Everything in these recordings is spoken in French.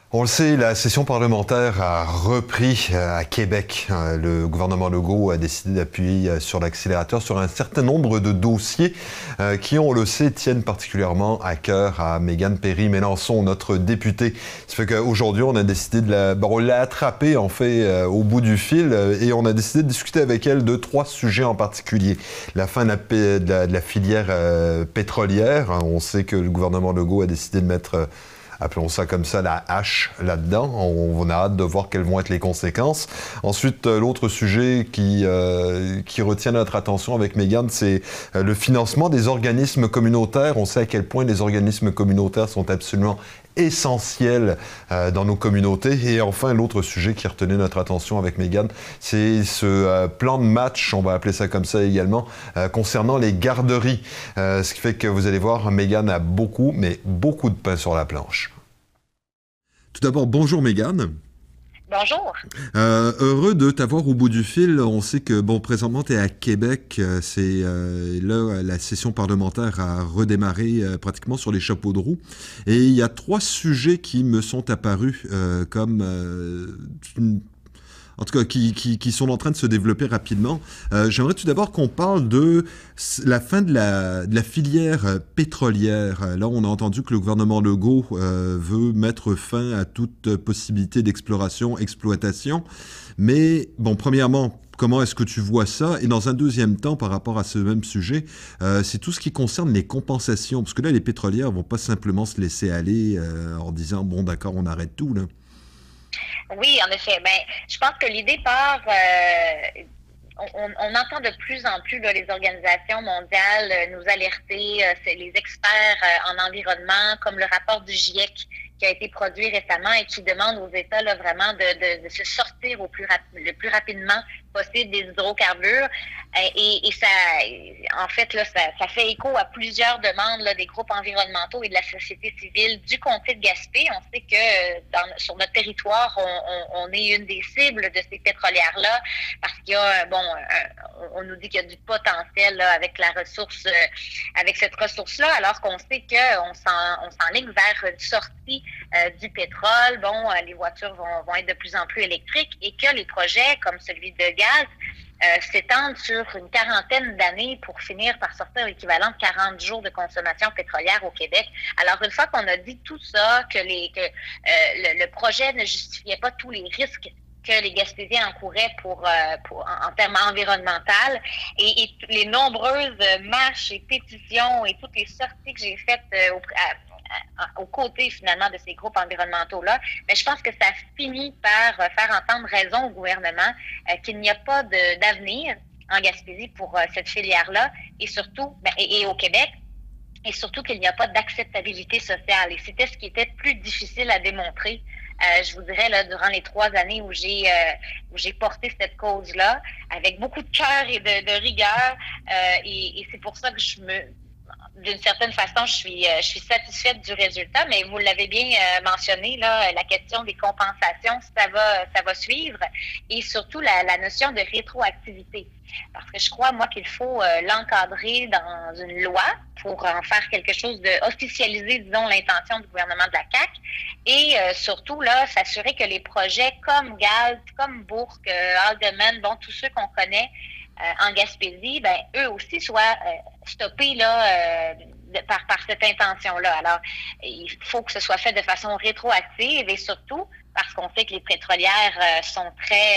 On le sait, la session parlementaire a repris à Québec. Le gouvernement Legault a décidé d'appuyer sur l'accélérateur sur un certain nombre de dossiers qui, on le sait, tiennent particulièrement à cœur à Mégane Perry-Mélançon, notre députée. Ça fait qu'aujourd'hui, on a décidé on l'a attrapée, en fait, au bout du fil et on a décidé de discuter avec elle de 3 sujets en particulier. La fin de la filière pétrolière. On sait que le gouvernement Legault a décidé de mettre appelons ça comme ça, la hache là-dedans. On a hâte de voir quelles vont être les conséquences. Ensuite, l'autre sujet qui retient notre attention avec Mégane, c'est le financement des organismes communautaires. On sait à quel point les organismes communautaires sont absolument essentiels dans nos communautés. Et enfin, l'autre sujet qui retenait notre attention avec Mégane, c'est ce plan de match, on va appeler ça comme ça également, concernant les garderies. Ce qui fait que vous allez voir, Mégane a beaucoup, mais beaucoup de pain sur la planche. Tout d'abord, bonjour Mégane. Bonjour. Heureux de t'avoir au bout du fil. On sait que, présentement, tu es à Québec. Là, la session parlementaire a redémarré pratiquement sur les chapeaux de roue. Et il y a 3 sujets qui me sont apparus comme en tout cas, qui sont en train de se développer rapidement. J'aimerais tout d'abord qu'on parle de la fin de la filière pétrolière. Là, on a entendu que le gouvernement Legault veut mettre fin à toute possibilité d'exploration, exploitation. Mais, premièrement, comment est-ce que tu vois ça? Et dans un deuxième temps, par rapport à ce même sujet, c'est tout ce qui concerne les compensations. Parce que là, les pétrolières vont pas simplement se laisser aller en disant, d'accord, on arrête tout, là. Oui, en effet. Je pense que l'idée part. On entend de plus en plus là, les organisations mondiales nous alerter, c'est les experts en environnement, comme le rapport du GIEC qui a été produit récemment et qui demande aux États là, vraiment de se sortir le plus rapidement possible des hydrocarbures. Et ça, en fait, là, ça fait écho à plusieurs demandes là, des groupes environnementaux et de la société civile du comté de Gaspé. On sait que sur notre territoire, on est une des cibles de ces pétrolières-là parce qu'il y a, on nous dit qu'il y a du potentiel là, avec la ressource, avec cette ressource-là, alors qu'on sait qu'on s'enligne vers une sortie du pétrole. Les voitures vont être de plus en plus électriques et que les projets comme celui de gaz s'étendent sur une quarantaine d'années pour finir par sortir l'équivalent de 40 jours de consommation pétrolière au Québec. Alors, une fois qu'on a dit tout ça, que le projet ne justifiait pas tous les risques que les Gaspésiens encouraient en termes environnementaux et les nombreuses marches et pétitions et toutes les sorties que j'ai faites aux côtés finalement de ces groupes environnementaux-là, mais je pense que ça finit par faire entendre raison au gouvernement qu'il n'y a pas d'avenir en Gaspésie pour cette filière-là et surtout, et au Québec, et surtout qu'il n'y a pas d'acceptabilité sociale. Et c'était ce qui était plus difficile à démontrer. Je vous dirais, là, durant les 3 années où j'ai porté cette cause-là, avec beaucoup de cœur et de rigueur, et c'est pour ça que d'une certaine façon, je suis satisfaite du résultat, mais vous l'avez bien mentionné, là, la question des compensations, ça va suivre, et surtout la notion de rétroactivité. Parce que je crois, moi, qu'il faut l'encadrer dans une loi pour en faire quelque chose officialiser, disons, l'intention du gouvernement de la CAQ, et surtout, là, s'assurer que les projets comme Galt, comme Bourque, Aldeman, tous ceux qu'on connaît, en Gaspésie, eux aussi soient stoppés là, par cette intention-là. Alors, il faut que ce soit fait de façon rétroactive et surtout parce qu'on sait que les pétrolières sont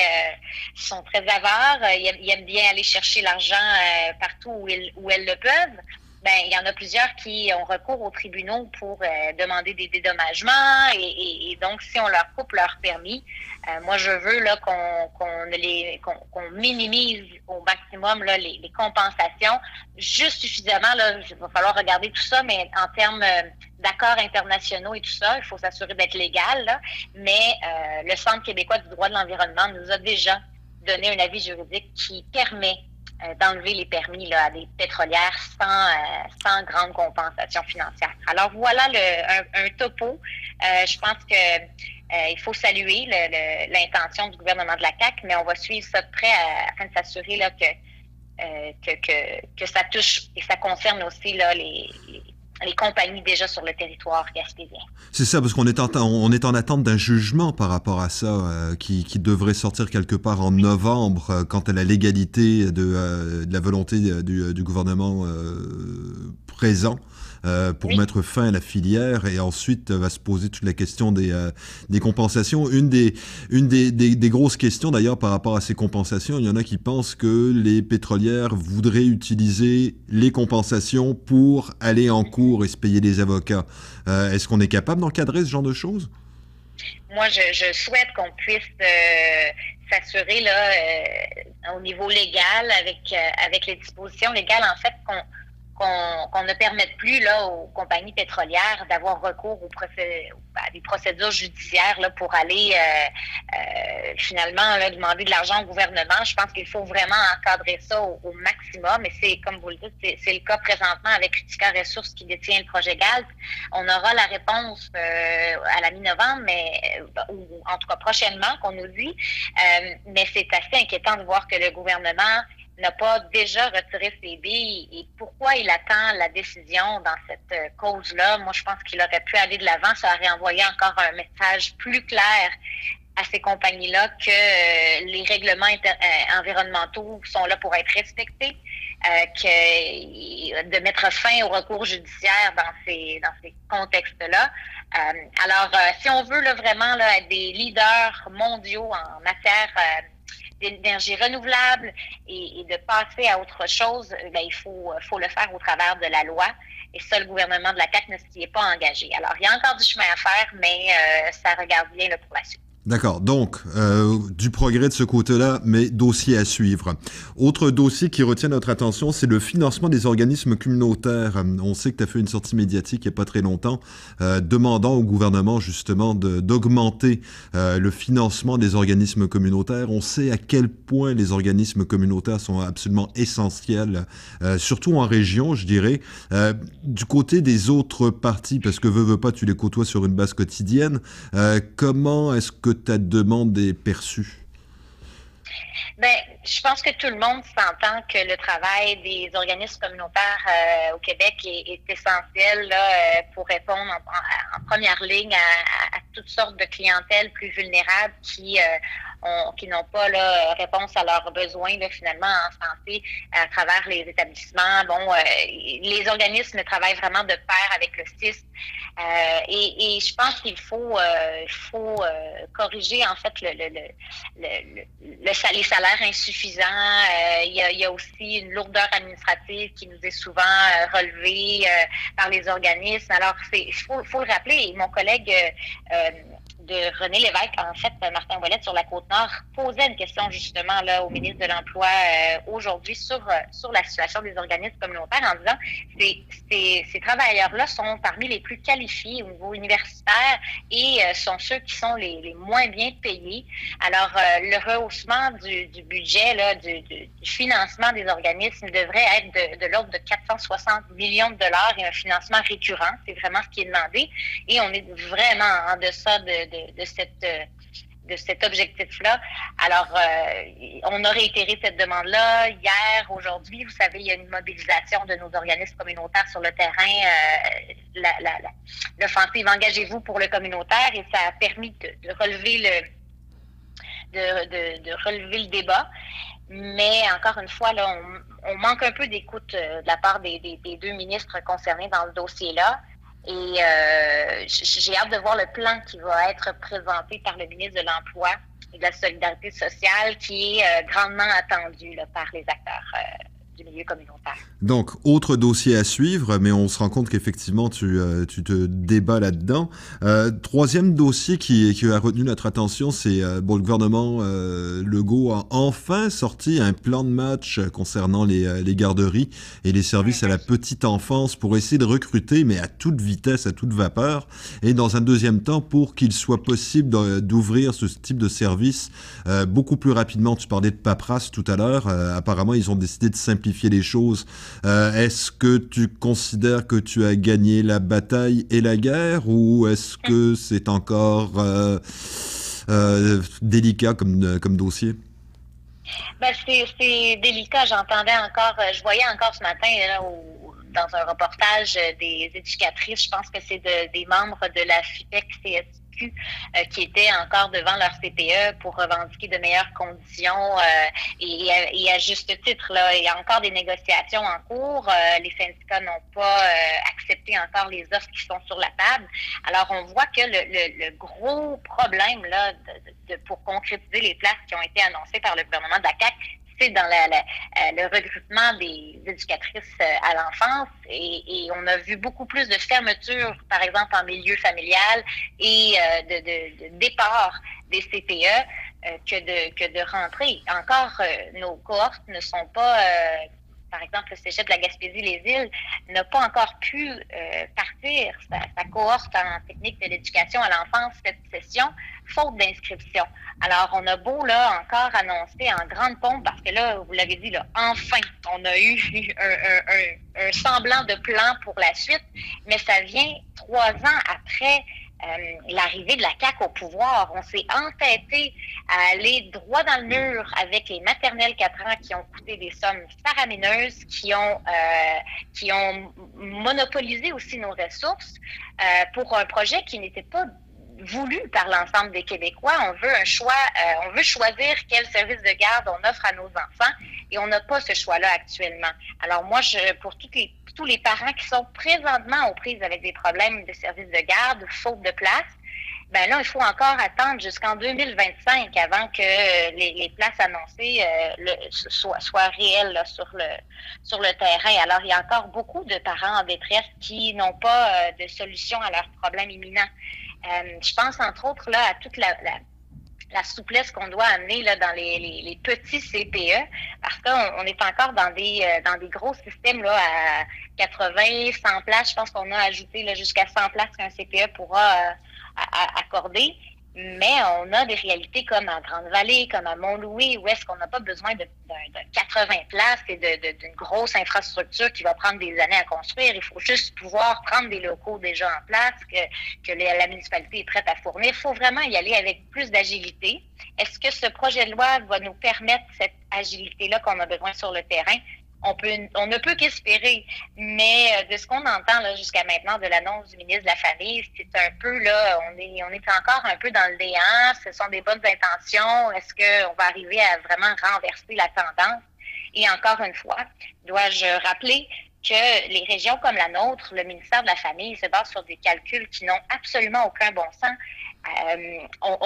très avares, ils aiment bien aller chercher l'argent partout où elles le peuvent. Il y en a plusieurs qui ont recours aux tribunaux pour demander des dédommagements et donc si on leur coupe leur permis, moi je veux là qu'on minimise au maximum là, les compensations, juste suffisamment là, il va falloir regarder tout ça, mais en termes d'accords internationaux et tout ça, il faut s'assurer d'être légal là, mais le Centre québécois du droit de l'environnement nous a déjà donné un avis juridique qui permet d'enlever les permis là, à des pétrolières sans grande compensation financière. Alors voilà un topo. Je pense que il faut saluer l'intention du gouvernement de la CAQ, mais on va suivre ça de près afin de s'assurer là, que ça touche et ça concerne aussi là, les compagnies déjà sur le territoire gaspésien. C'est ça, parce qu'on est en attente d'un jugement par rapport à ça, qui devrait sortir quelque part en novembre, quant à la légalité de la volonté du gouvernement présent. Pour mettre fin à la filière, et ensuite va se poser toute la question des compensations. Une des grosses questions d'ailleurs par rapport à ces compensations, il y en a qui pensent que les pétrolières voudraient utiliser les compensations pour aller en cours et se payer des avocats. Est-ce qu'on est capable d'encadrer ce genre de choses? Moi, je souhaite qu'on puisse s'assurer là au niveau légal avec les dispositions légales en fait qu'on ne permette plus là aux compagnies pétrolières d'avoir recours à des procédures judiciaires là, pour aller finalement là, demander de l'argent au gouvernement. Je pense qu'il faut vraiment encadrer ça au maximum. Et c'est, comme vous le dites, c'est le cas présentement avec Utica Ressources qui détient le projet Galp. On aura la réponse à la mi-novembre, ou en tout cas prochainement, qu'on nous dit. Mais c'est assez inquiétant de voir que le gouvernement n'a pas déjà retiré ses billes et pourquoi il attend la décision dans cette cause-là. Moi, je pense qu'il aurait pu aller de l'avant. Ça aurait envoyé encore un message plus clair à ces compagnies-là que les règlements environnementaux sont là pour être respectés, de mettre fin au recours judiciaire dans ces contextes-là. Alors, si on veut là, vraiment là, être des leaders mondiaux en matière d'énergie renouvelable et de passer à autre chose, ben, il faut le faire au travers de la loi. Et ça, le gouvernement de la CAQ ne s'y est pas engagé. Alors, il y a encore du chemin à faire, mais ça regarde bien là, pour la suite. D'accord, donc du progrès de ce côté-là, mais dossier à suivre. Autre dossier qui retient notre attention, c'est le financement des organismes communautaires. On sait que tu as fait une sortie médiatique il n'y a pas très longtemps, demandant au gouvernement justement d'augmenter le financement des organismes communautaires. On sait à quel point les organismes communautaires sont absolument essentiels, surtout en région, je dirais. Du côté des autres partis, parce que veux pas, tu les côtoies sur une base quotidienne, comment est-ce que ta demande est perçue? Ben, je pense que tout le monde s'entend que le travail des organismes communautaires au Québec est essentiel là, pour répondre en première ligne à toutes sortes de clientèles plus vulnérables qui n'ont pas là, réponse à leurs besoins là, finalement en santé à travers les établissements. Bon, les organismes travaillent vraiment de pair avec le CIS et je pense qu'il faut corriger en fait les salaires insuffisants. Il y a aussi une lourdeur administrative qui nous est souvent relevée par les organismes. Alors, il faut le rappeler. Et mon collègue de René Lévesque, en fait, Martin Ouellette, sur la Côte-Nord, posait une question justement là au ministre de l'Emploi aujourd'hui sur la situation des organismes communautaires en disant ces travailleurs-là sont parmi les plus qualifiés au niveau universitaire et sont ceux qui sont les moins bien payés. Alors, le rehaussement du budget, là, du financement des organismes devrait être de l'ordre de 460 millions de dollars et un financement récurrent. C'est vraiment ce qui est demandé. Et on est vraiment en deçà de cet objectif-là. Alors, on a réitéré cette demande-là hier, aujourd'hui. Vous savez, il y a une mobilisation de nos organismes communautaires sur le terrain. L'offensive Engagez-vous pour le communautaire et ça a permis de relever le débat. Mais encore une fois, là, on manque un peu d'écoute de la part des deux ministres concernés dans le dossier-là. Et j'ai hâte de voir le plan qui va être présenté par le ministre de l'Emploi et de la Solidarité sociale qui est grandement attendu là, par les acteurs du milieu communautaire. Donc, autre dossier à suivre, mais on se rend compte qu'effectivement, tu te débats là-dedans. Troisième dossier qui a retenu notre attention, c'est le gouvernement Legault a enfin sorti un plan de match concernant les garderies et les services à la petite enfance pour essayer de recruter, mais à toute vitesse, à toute vapeur. Et dans un deuxième temps, pour qu'il soit possible d'ouvrir ce type de service beaucoup plus rapidement. Tu parlais de paperasse tout à l'heure. Apparemment, ils ont décidé de simplifier les choses. Est-ce que tu considères que tu as gagné la bataille et la guerre ou est-ce que c'est encore délicat comme dossier? Ben, c'est délicat. Je voyais encore ce matin là, dans un reportage des éducatrices, je pense que c'est des membres de la FIPEC-CSQ qui étaient encore devant leur CPE pour revendiquer de meilleures conditions et à juste titre, là, il y a encore des négociations en cours. Les syndicats n'ont pas accepté encore les offres qui sont sur la table. Alors, on voit que le gros problème là, pour concrétiser les places qui ont été annoncées par le gouvernement de la CAQ, c'est dans le recrutement des éducatrices à l'enfance et on a vu beaucoup plus de fermetures, par exemple en milieu familial et de départ des CPE que de rentrée. Encore, nos cohortes ne sont pas... par exemple, le cégep de la Gaspésie-les-Îles n'a pas encore pu partir sa cohorte en technique de l'éducation à l'enfance cette session, faute d'inscription. Alors, on a beau, là, encore annoncer en grande pompe, parce que là, vous l'avez dit, là, enfin, on a eu un semblant de plan pour la suite, mais ça vient 3 ans après l'arrivée de la CAQ au pouvoir. On s'est entêté à aller droit dans le mur avec les maternelles 4 ans qui ont coûté des sommes faramineuses, qui ont monopolisé aussi nos ressources pour un projet qui n'était pas voulu par l'ensemble des Québécois. On veut un choix, on veut choisir quel service de garde on offre à nos enfants et on n'a pas ce choix-là actuellement. Alors moi, pour tous les parents qui sont présentement aux prises avec des problèmes de services de garde, faute de place, ben là, il faut encore attendre jusqu'en 2025 avant que les places annoncées soient réelles là, sur le terrain. Alors, il y a encore beaucoup de parents en détresse qui n'ont pas de solution à leurs problèmes imminents. Je pense, entre autres, là, à toute la souplesse qu'on doit amener là, dans les petits CPE, parce qu'on est encore dans des gros systèmes là, à 80, 100 places. Je pense qu'on a ajouté là, jusqu'à 100 places qu'un CPE pourra accorder. Mais on a des réalités comme à Grande-Vallée, comme à Mont-Louis, où est-ce qu'on n'a pas besoin de 80 places et d'une grosse infrastructure qui va prendre des années à construire. Il faut juste pouvoir prendre des locaux déjà en place, que la municipalité est prête à fournir. Il faut vraiment y aller avec plus d'agilité. Est-ce que ce projet de loi va nous permettre cette agilité-là qu'on a besoin sur le terrain? On ne peut qu'espérer, mais de ce qu'on entend là jusqu'à maintenant de l'annonce du ministre de la Famille, c'est un peu là, on est encore un peu dans le néant. Ce sont des bonnes intentions. Est-ce qu'on va arriver à vraiment renverser la tendance? Et encore une fois, dois-je rappeler que les régions comme la nôtre, le ministère de la Famille se base sur des calculs qui n'ont absolument aucun bon sens.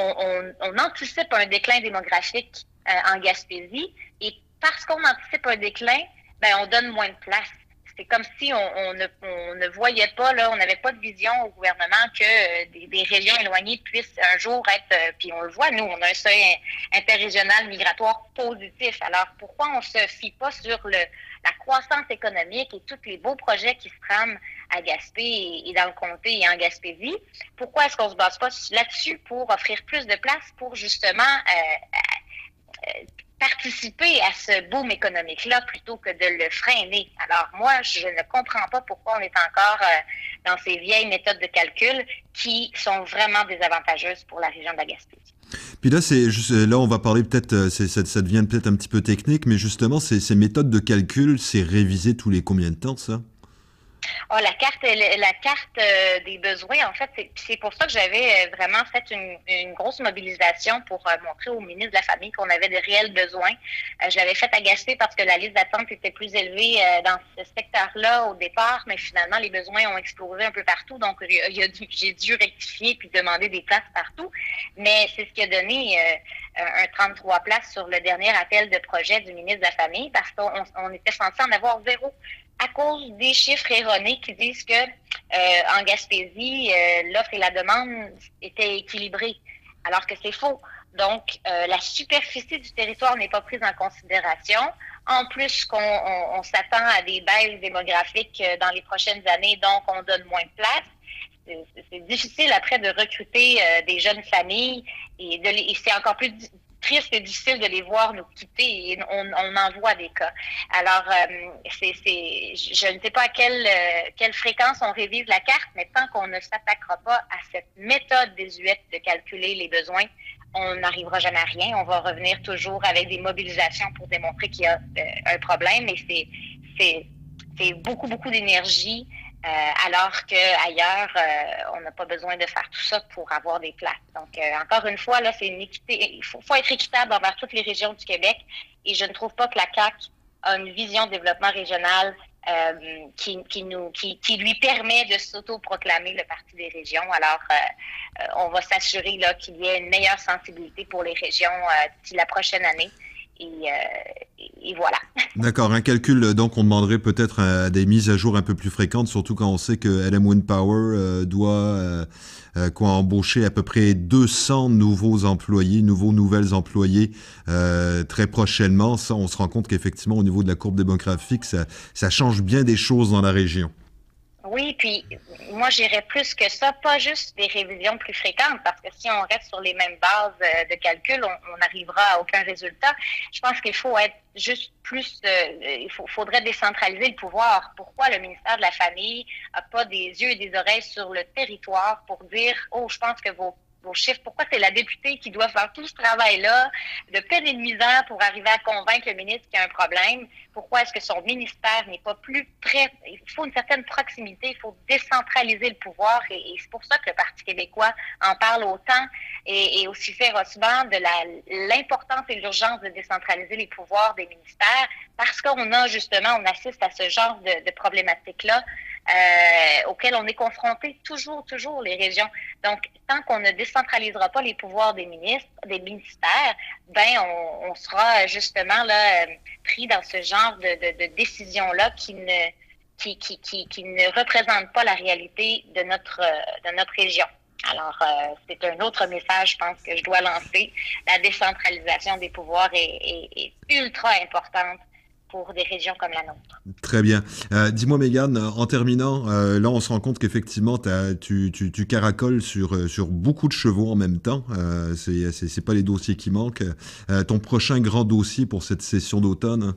On anticipe un déclin démographique en Gaspésie et parce qu'on anticipe un déclin, ben on donne moins de place. C'est comme si on ne voyait pas, là, on n'avait pas de vision au gouvernement que des régions éloignées puissent un jour être, puis on le voit, nous, on a un seuil interrégional migratoire positif. Alors, pourquoi on se fie pas sur la croissance économique et tous les beaux projets qui se trament à Gaspé et dans le comté et en Gaspésie? Pourquoi est-ce qu'on se base pas là-dessus pour offrir plus de place pour justement participer à ce boom économique-là plutôt que de le freiner. Alors moi, je ne comprends pas pourquoi on est encore dans ces vieilles méthodes de calcul qui sont vraiment désavantageuses pour la région de la Gaspésie. Puis là, on va parler peut-être, ça devient peut-être un petit peu technique, mais justement, ces méthodes de calcul, c'est révisé tous les combien de temps, ça? Oh, la carte des besoins, en fait, c'est pour ça que j'avais vraiment fait une grosse mobilisation pour montrer au ministre de la Famille qu'on avait de réels besoins. Je l'avais fait à Gaspé parce que la liste d'attente était plus élevée dans ce secteur-là au départ, mais finalement, les besoins ont explosé un peu partout. Donc, j'ai dû rectifier puis demander des places partout. Mais c'est ce qui a donné un 33 places sur le dernier appel de projet du ministre de la Famille parce qu'on était censé en avoir 0. À cause des chiffres erronés qui disent que en Gaspésie, l'offre et la demande étaient équilibrées, alors que c'est faux. Donc, la superficie du territoire n'est pas prise en considération. En plus, on s'attend à des baisses démographiques dans les prochaines années, donc on donne moins de place. C'est difficile après de recruter des jeunes familles et c'est encore plus triste et difficile de les voir nous quitter et on en voit des cas. Alors, je ne sais pas à quelle fréquence on révise la carte, mais tant qu'on ne s'attaquera pas à cette méthode désuète de calculer les besoins, on n'arrivera jamais à rien. On va revenir toujours avec des mobilisations pour démontrer qu'il y a un problème et c'est beaucoup, beaucoup d'énergie, alors qu'ailleurs, on n'a pas besoin de faire tout ça pour avoir des places. Donc, encore une fois, là, c'est une équité. Il faut être équitable envers toutes les régions du Québec. Et je ne trouve pas que la CAQ a une vision de développement régional qui lui permet de s'auto-proclamer le Parti des régions. Alors, on va s'assurer là, qu'il y ait une meilleure sensibilité pour les régions d'ici la prochaine année. Et voilà. D'accord, un calcul, donc on demanderait peut-être des mises à jour un peu plus fréquentes, surtout quand on sait que LM Wind Power doit embaucher à peu près 200 nouveaux employés, nouvelles employés très prochainement. Ça, on se rend compte qu'effectivement, au niveau de la courbe démographique, ça change bien des choses dans la région. Oui, puis moi, j'irais plus que ça, pas juste des révisions plus fréquentes, parce que si on reste sur les mêmes bases de calcul, on n'arrivera à aucun résultat. Je pense qu'il faut être juste plus, faudrait décentraliser le pouvoir. Pourquoi le ministère de la Famille n'a pas des yeux et des oreilles sur le territoire pour dire, oh, je pense que vos chiffres, pourquoi c'est la députée qui doit faire tout ce travail-là de peine et de misère pour arriver à convaincre le ministre qu'il y a un problème? Pourquoi est-ce que son ministère n'est pas plus prêt? Il faut une certaine proximité, il faut décentraliser le pouvoir et c'est pour ça que le Parti québécois en parle autant et aussi férocement de l'importance et l'urgence de décentraliser les pouvoirs des ministères parce qu'on on assiste à ce genre de problématiques-là auxquelles on est confronté toujours les régions. Donc, tant qu'on ne décentralisera pas les pouvoirs des ministères, ben on sera justement là pris dans ce genre de décisions-là qui ne représente pas la réalité de notre région. Alors, c'est un autre message, je pense, que je dois lancer. La décentralisation des pouvoirs est ultra importante pour des régions comme la nôtre. Très bien. Dis-moi, Mégane, en terminant, là, on se rend compte qu'effectivement, tu caracoles sur beaucoup de chevaux en même temps. C'est pas les dossiers qui manquent. Ton prochain grand dossier pour cette session d'automne?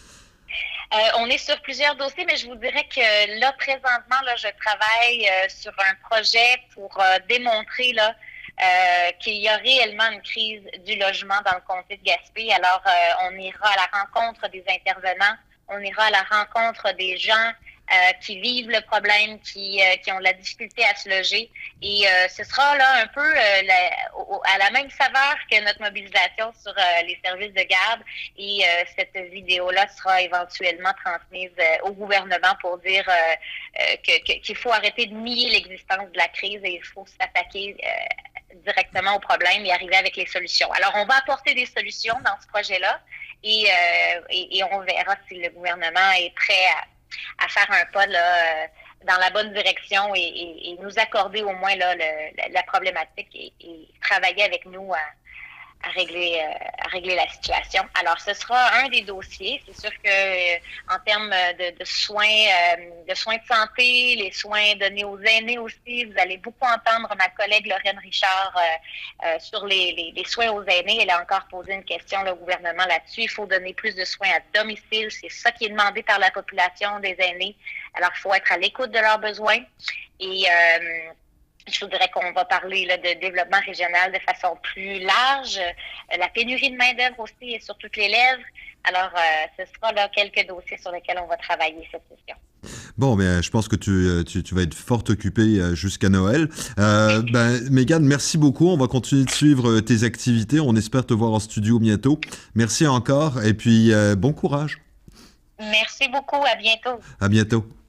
On est sur plusieurs dossiers, mais je vous dirais que là, présentement, là, je travaille sur un projet pour démontrer là, qu'il y a réellement une crise du logement dans le comté de Gaspé. Alors, on ira à la rencontre des intervenants, on ira à la rencontre des gens qui vivent le problème, qui ont de la difficulté à se loger. Et ce sera là un peu à la même saveur que notre mobilisation sur les services de garde. Et cette vidéo-là sera éventuellement transmise au gouvernement pour dire qu'il faut arrêter de nier l'existence de la crise et il faut s'attaquer directement au problème et arriver avec les solutions. Alors, on va apporter des solutions dans ce projet-là et on verra si le gouvernement est prêt à faire un pas là, dans la bonne direction et nous accorder au moins là, la problématique et travailler avec nous à régler la situation. Alors, ce sera un des dossiers. C'est sûr que en termes de soins de santé, les soins donnés aux aînés aussi, vous allez beaucoup entendre ma collègue Lorraine Richard sur les soins aux aînés. Elle a encore posé une question au gouvernement là-dessus. Il faut donner plus de soins à domicile. C'est ça qui est demandé par la population des aînés. Alors, il faut être à l'écoute de leurs besoins. Et je voudrais qu'on va parler là, de développement régional de façon plus large. La pénurie de main-d'œuvre aussi est sur toutes les lèvres. Alors, ce sera là quelques dossiers sur lesquels on va travailler cette session. Bon, mais je pense que tu vas être fort occupée jusqu'à Noël. Mégane, merci beaucoup. On va continuer de suivre tes activités. On espère te voir en studio bientôt. Merci encore et puis bon courage. Merci beaucoup. À bientôt. À bientôt.